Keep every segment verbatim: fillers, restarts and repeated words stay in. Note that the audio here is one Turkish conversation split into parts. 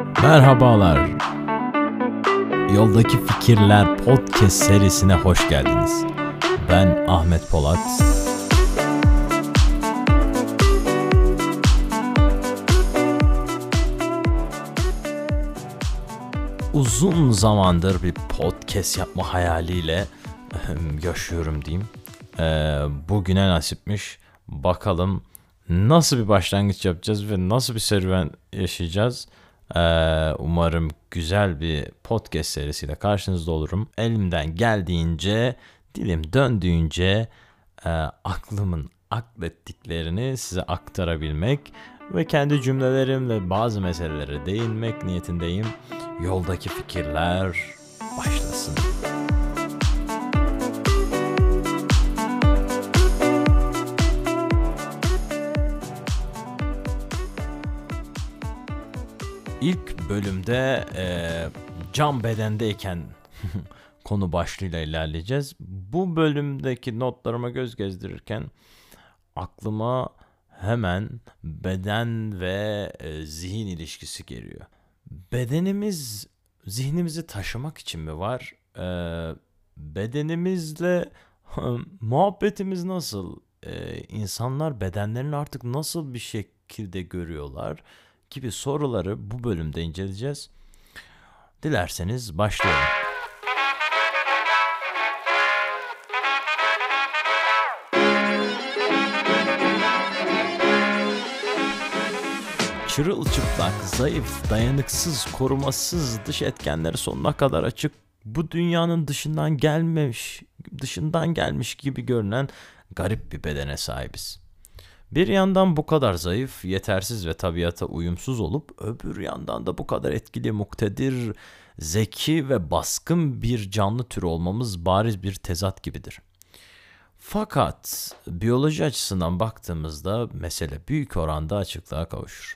Merhabalar. Yoldaki Fikirler podcast serisine hoş geldiniz. Ben Ahmet Polat. Uzun zamandır bir podcast yapma hayaliyle yaşıyorum diyeyim. Bugüne nasipmiş. Bakalım nasıl bir başlangıç yapacağız ve nasıl bir serüven yaşayacağız. Umarım güzel bir podcast serisiyle karşınızda olurum. Elimden geldiğince, dilim döndüğünce aklımın aklettiklerini size aktarabilmek ve kendi cümlelerimle bazı meselelere değinmek niyetindeyim. Yoldaki fikirler başlasın. İlk bölümde e, can bedendeyken konu başlığıyla ilerleyeceğiz. Bu bölümdeki notlarıma göz gezdirirken aklıma hemen beden ve e, zihin ilişkisi geliyor. Bedenimiz zihnimizi taşımak için mi var? E, bedenimizle muhabbetimiz nasıl? E, insanlar bedenlerini artık nasıl bir şekilde görüyorlar? Gibi soruları bu bölümde inceleyeceğiz. Dilerseniz başlayalım. Çırılçıplak, zayıf, dayanıksız, korumasız, dış etkenleri sonuna kadar açık, bu dünyanın dışından gelmiş, dışından gelmiş gibi görünen garip bir bedene sahibiz. Bir yandan bu kadar zayıf, yetersiz ve tabiata uyumsuz olup öbür yandan da bu kadar etkili, muktedir, zeki ve baskın bir canlı türü olmamız bariz bir tezat gibidir. Fakat biyoloji açısından baktığımızda mesele büyük oranda açıklığa kavuşur.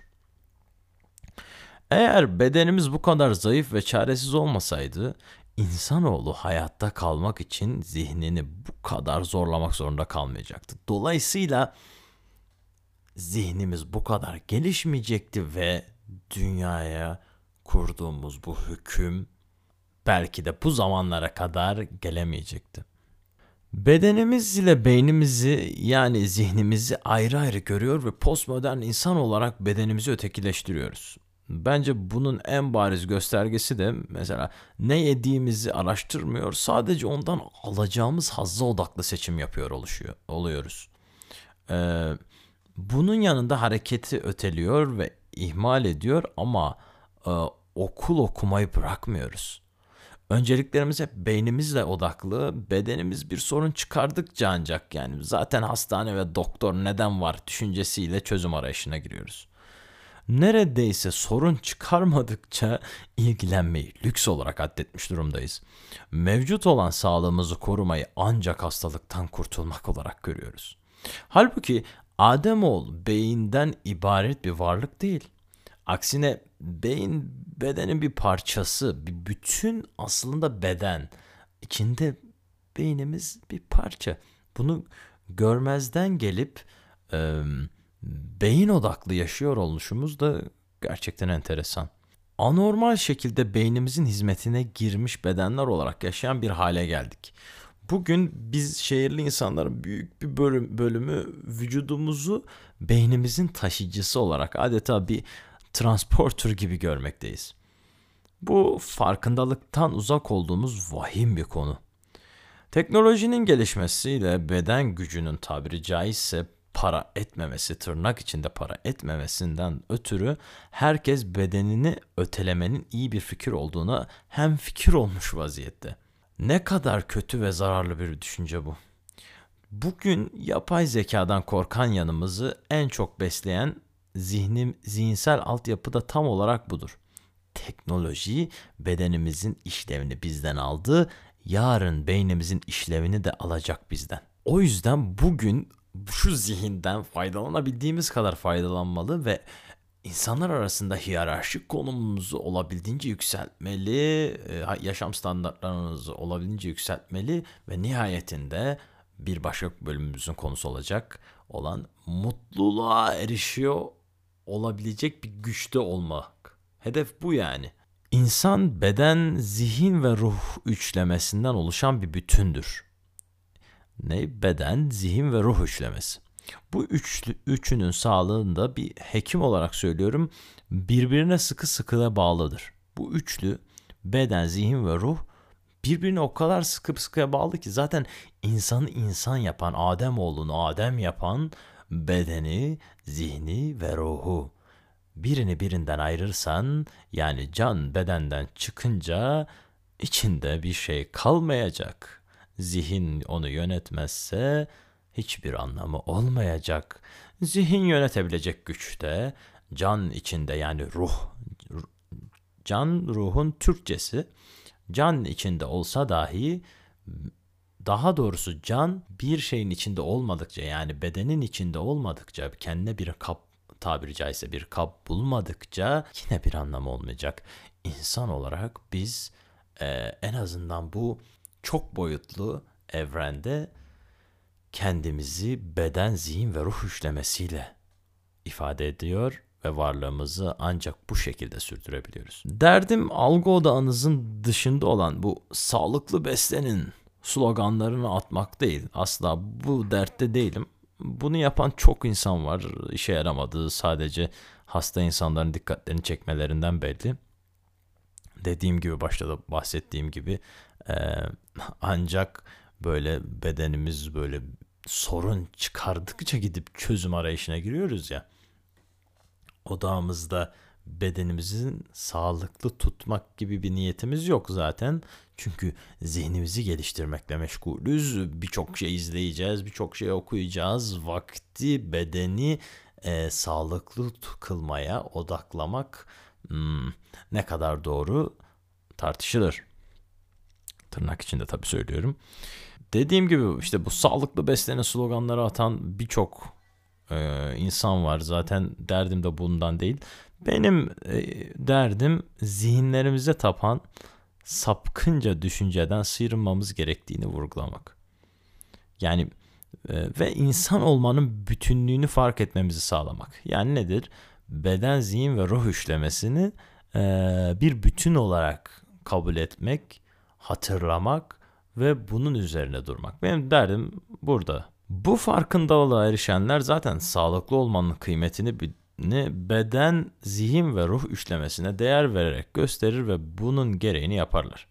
Eğer bedenimiz bu kadar zayıf ve çaresiz olmasaydı, insanoğlu hayatta kalmak için zihnini bu kadar zorlamak zorunda kalmayacaktı. Dolayısıyla zihnimiz bu kadar gelişmeyecekti ve dünyaya kurduğumuz bu hüküm belki de bu zamanlara kadar gelemeyecekti. Bedenimiz ile beynimizi yani zihnimizi ayrı ayrı görüyor ve postmodern insan olarak bedenimizi ötekileştiriyoruz. Bence bunun en bariz göstergesi de mesela ne yediğimizi araştırmıyor, sadece ondan alacağımız hazza odaklı seçim yapıyor oluşuyor, oluyoruz. Ee, bunun yanında hareketi öteliyor ve ihmal ediyor ama e, okul okumayı bırakmıyoruz. Önceliklerimiz hep beynimizle odaklı, bedenimiz bir sorun çıkardıkça ancak yani zaten hastane ve doktor neden var düşüncesiyle çözüm arayışına giriyoruz. Neredeyse sorun çıkarmadıkça ilgilenmeyi lüks olarak addetmiş durumdayız. Mevcut olan sağlığımızı korumayı ancak hastalıktan kurtulmak olarak görüyoruz. Halbuki Ademoğlu beyinden ibaret bir varlık değil. Aksine beyin bedenin bir parçası, bir bütün aslında beden. İçinde beynimiz bir parça. Bunu görmezden gelip e, beyin odaklı yaşıyor oluşumuz da gerçekten enteresan. Anormal şekilde beynimizin hizmetine girmiş bedenler olarak yaşayan bir hale geldik. Bugün biz şehirli insanların büyük bir bölüm, bölümü vücudumuzu beynimizin taşıyıcısı olarak adeta bir transporter gibi görmekteyiz. Bu farkındalıktan uzak olduğumuz vahim bir konu. Teknolojinin gelişmesiyle beden gücünün tabiri caizse para etmemesi, tırnak içinde para etmemesinden ötürü herkes bedenini ötelemenin iyi bir fikir olduğuna hemfikir olmuş vaziyette. Ne kadar kötü ve zararlı bir düşünce bu. Bugün yapay zekadan korkan yanımızı en çok besleyen zihnim, zihinsel altyapı da tam olarak budur. Teknoloji bedenimizin işlevini bizden aldı, yarın beynimizin işlevini de alacak bizden. O yüzden bugün şu zihinden faydalanabildiğimiz kadar faydalanmalı ve İnsanlar arasında hiyerarşik konumumuzu olabildiğince yükseltmeli, yaşam standartlarımızı olabildiğince yükseltmeli ve nihayetinde bir başka bölümümüzün konusu olacak olan mutluluğa erişiyor olabilecek bir güçte olmak Hedef bu yani. İnsan beden, zihin ve ruh üçlemesinden oluşan bir bütündür. Ne? Beden, zihin ve ruh üçlemesi. Bu üçlü, üçünün sağlığında bir hekim olarak söylüyorum, birbirine sıkı sıkıya bağlıdır. Bu üçlü, beden, zihin ve ruh birbirine o kadar sıkı sıkıya bağlı ki zaten insanı insan yapan, Ademoğlunu Adem yapan bedeni, zihni ve ruhu. Birini birinden ayırırsan, yani can bedenden çıkınca içinde bir şey kalmayacak. Zihin onu yönetmezse hiçbir anlamı olmayacak. Zihin yönetebilecek güçte, can içinde yani ruh. Can ruhun Türkçesi. Can içinde olsa dahi, daha doğrusu can bir şeyin içinde olmadıkça, yani bedenin içinde olmadıkça, kendine bir kap, tabiri caizse bir kap bulmadıkça yine bir anlamı olmayacak. İnsan olarak biz e, en azından bu çok boyutlu evrende kendimizi beden, zihin ve ruh üçlemesiyle ifade ediyor ve varlığımızı ancak bu şekilde sürdürebiliyoruz. Derdim algı odağınızın dışında olan bu sağlıklı beslenin sloganlarını atmak değil. Asla bu dertte değilim. Bunu yapan çok insan var. İşe yaramadığı sadece hasta insanların dikkatlerini çekmelerinden belli. Dediğim gibi, başta da bahsettiğim gibi e, ancak böyle bedenimiz böyle sorun çıkardıkça gidip çözüm arayışına giriyoruz ya. Odağımızda bedenimizin sağlıklı tutmak gibi bir niyetimiz yok zaten. Çünkü zihnimizi geliştirmekle meşgulüz. Birçok şey izleyeceğiz, birçok şey okuyacağız. Vakti, bedeni e, sağlıklı kılmaya odaklamak hmm, ne kadar doğru tartışılır. Tırnak içinde tabii söylüyorum. Dediğim gibi işte bu sağlıklı beslenen sloganları atan birçok e, insan var. Zaten derdim de bundan değil. Benim e, derdim zihinlerimize tapan sapkınca düşünceden sıyrılmamız gerektiğini vurgulamak. Yani e, ve insan olmanın bütünlüğünü fark etmemizi sağlamak. Yani nedir? Beden, zihin ve ruh üçlemesini e, bir bütün olarak kabul etmek, hatırlamak ve bunun üzerine durmak. Benim derdim burada. Bu farkındalığa erişenler zaten sağlıklı olmanın kıymetini beden, zihin ve ruh üçlemesine değer vererek gösterir ve bunun gereğini yaparlar.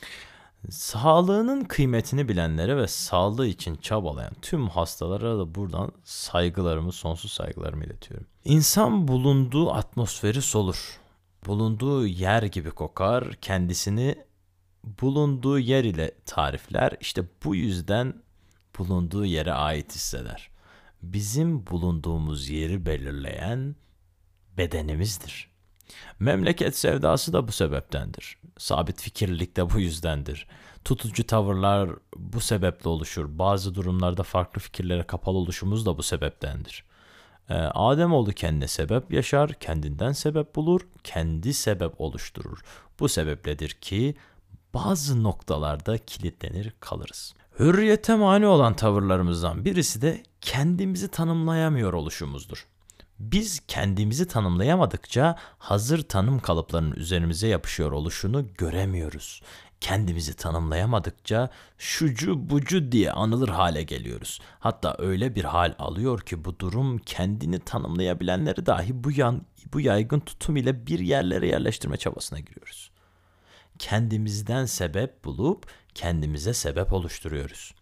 Sağlığının kıymetini bilenlere ve sağlığı için çabalayan tüm hastalara da buradan saygılarımı, sonsuz saygılarımı iletiyorum. İnsan bulunduğu atmosferi solur. Bulunduğu yer gibi kokar, kendisini bulunduğu yer ile tarifler. İşte bu yüzden bulunduğu yere ait hisseder. Bizim bulunduğumuz yeri belirleyen bedenimizdir. Memleket sevdası da bu sebeptendir. Sabit fikirlilik de bu yüzdendir. Tutucu tavırlar bu sebeple oluşur. Bazı durumlarda farklı fikirlere kapalı oluşumuz da bu sebeptendir. Ee, Ademoğlu kendine sebep yaşar, kendinden sebep bulur, kendi sebep oluşturur. Bu sebepledir ki bazı noktalarda kilitlenir kalırız. Hürriyete mani olan tavırlarımızdan birisi de kendimizi tanımlayamıyor oluşumuzdur. Biz kendimizi tanımlayamadıkça hazır tanım kalıplarının üzerimize yapışıyor oluşunu göremiyoruz. Kendimizi tanımlayamadıkça şucu bucu diye anılır hale geliyoruz. Hatta öyle bir hal alıyor ki bu durum kendini tanımlayabilenleri dahi bu, yan, bu yaygın tutum ile bir yerlere yerleştirme çabasına giriyoruz. Kendimizden sebep bulup kendimize sebep oluşturuyoruz.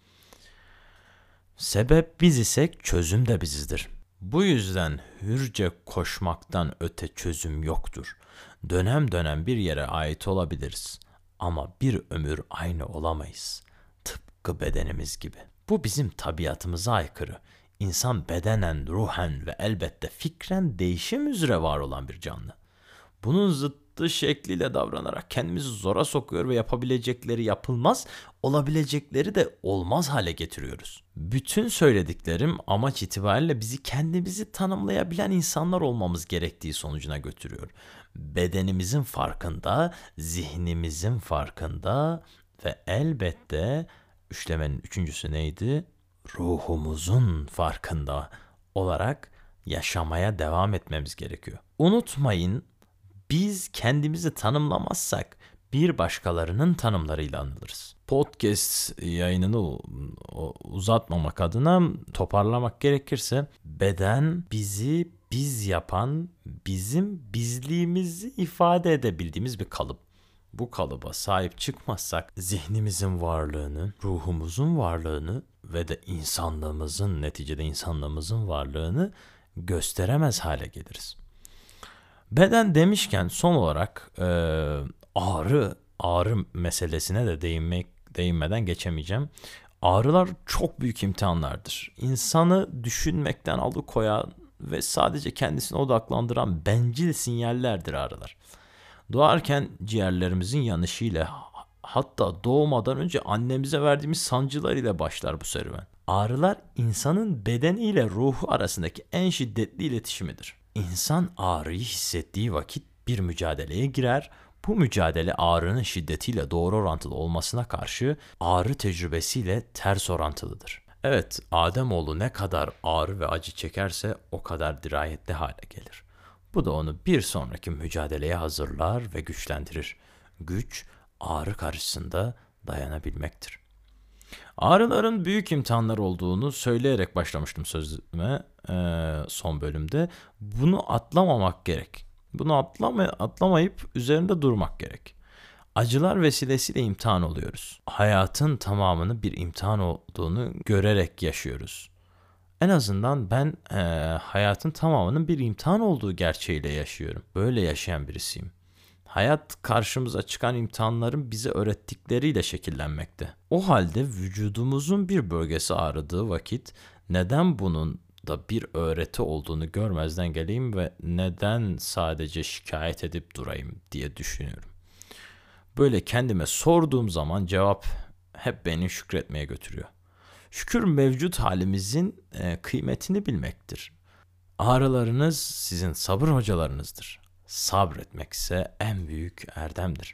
Sebep biz isek çözüm de bizizdir. Bu yüzden hürce koşmaktan öte çözüm yoktur. Dönem dönem bir yere ait olabiliriz ama bir ömür aynı olamayız. Tıpkı bedenimiz gibi. Bu bizim tabiatımıza aykırı. İnsan bedenen, ruhen ve elbette fikren değişim üzere var olan bir canlı. Bunun zıttı şekliyle davranarak kendimizi zora sokuyor ve yapabilecekleri yapılmaz, olabilecekleri de olmaz hale getiriyoruz. Bütün söylediklerim amaç itibariyle bizi kendimizi tanımlayabilen insanlar olmamız gerektiği sonucuna götürüyor. Bedenimizin farkında, zihnimizin farkında ve elbette üçlemenin üçüncüsü neydi? Ruhumuzun farkında olarak yaşamaya devam etmemiz gerekiyor. Unutmayın, Biz kendimizi tanımlamazsak bir başkalarının tanımlarıyla anılırız. Podcast yayınını uzatmamak adına toparlamak gerekirse, beden bizi biz yapan, bizim bizliğimizi ifade edebildiğimiz bir kalıp. Bu kalıba sahip çıkmazsak zihnimizin varlığını, ruhumuzun varlığını ve de insanlığımızın, neticede insanlığımızın varlığını gösteremez hale geliriz. Beden demişken son olarak e, ağrı, ağrı meselesine de değinmek, değinmeden geçemeyeceğim. Ağrılar çok büyük imtihanlardır. İnsanı düşünmekten alıkoyan ve sadece kendisine odaklandıran bencil sinyallerdir ağrılar. Doğarken ciğerlerimizin yanışıyla, hatta doğmadan önce annemize verdiğimiz sancılar ile başlar bu serüven. Ağrılar insanın bedeniyle ruhu arasındaki en şiddetli iletişimidir. İnsan ağrıyı hissettiği vakit bir mücadeleye girer. Bu mücadele ağrının şiddetiyle doğru orantılı olmasına karşı ağrı tecrübesiyle ters orantılıdır. Evet, Ademoğlu ne kadar ağrı ve acı çekerse o kadar dirayetli hale gelir. Bu da onu bir sonraki mücadeleye hazırlar ve güçlendirir. Güç, ağrı karşısında dayanabilmektir. Ağrıların büyük imtihanlar olduğunu söyleyerek başlamıştım sözüme e, son bölümde. Bunu atlamamak gerek. Bunu atlama, atlamayıp üzerinde durmak gerek. Acılar vesilesiyle imtihan oluyoruz. Hayatın tamamını bir imtihan olduğunu görerek yaşıyoruz. En azından ben e, hayatın tamamının bir imtihan olduğu gerçeğiyle yaşıyorum. Böyle yaşayan birisiyim. Hayat karşımıza çıkan imtihanların bize öğrettikleriyle şekillenmekte. O halde vücudumuzun bir bölgesi ağrıdığı vakit neden bunun da bir öğreti olduğunu görmezden geleyim ve neden sadece şikayet edip durayım diye düşünüyorum. Böyle kendime sorduğum zaman cevap hep beni şükretmeye götürüyor. Şükür mevcut halimizin e, kıymetini bilmektir. Ağrılarınız sizin sabır hocalarınızdır. Sabretmek ise en büyük erdemdir.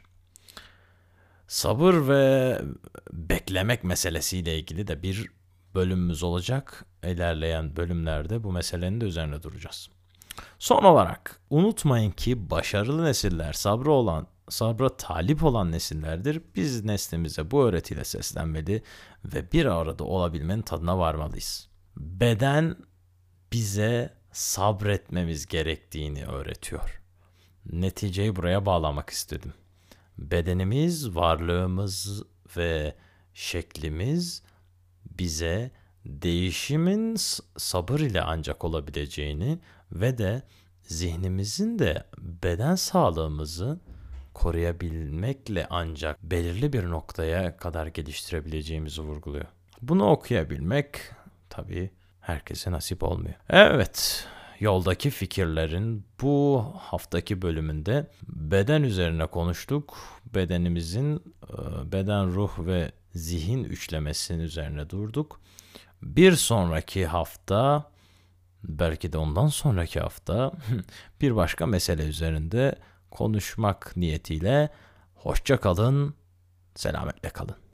Sabır ve beklemek meselesiyle ilgili de bir bölümümüz olacak. İlerleyen bölümlerde bu meselenin de üzerine duracağız. Son olarak unutmayın ki başarılı nesiller sabrı olan, sabra talip olan nesillerdir. Biz neslimize bu öğretiyle seslenmeli ve bir arada olabilmenin tadına varmalıyız. Beden bize sabretmemiz gerektiğini öğretiyor. Neticeyi buraya bağlamak istedim. Bedenimiz, varlığımız ve şeklimiz bize değişimin sabır ile ancak olabileceğini ve de zihnimizin de beden sağlığımızı koruyabilmekle ancak belirli bir noktaya kadar geliştirebileceğimizi vurguluyor. Bunu okuyabilmek tabii herkese nasip olmuyor. Evet, yoldaki fikirlerin bu haftaki bölümünde beden üzerine konuştuk. Bedenimizin beden, ruh ve zihin üçlemesinin üzerine durduk. Bir sonraki hafta, belki de ondan sonraki hafta bir başka mesele üzerinde konuşmak niyetiyle hoşça kalın, selametle kalın.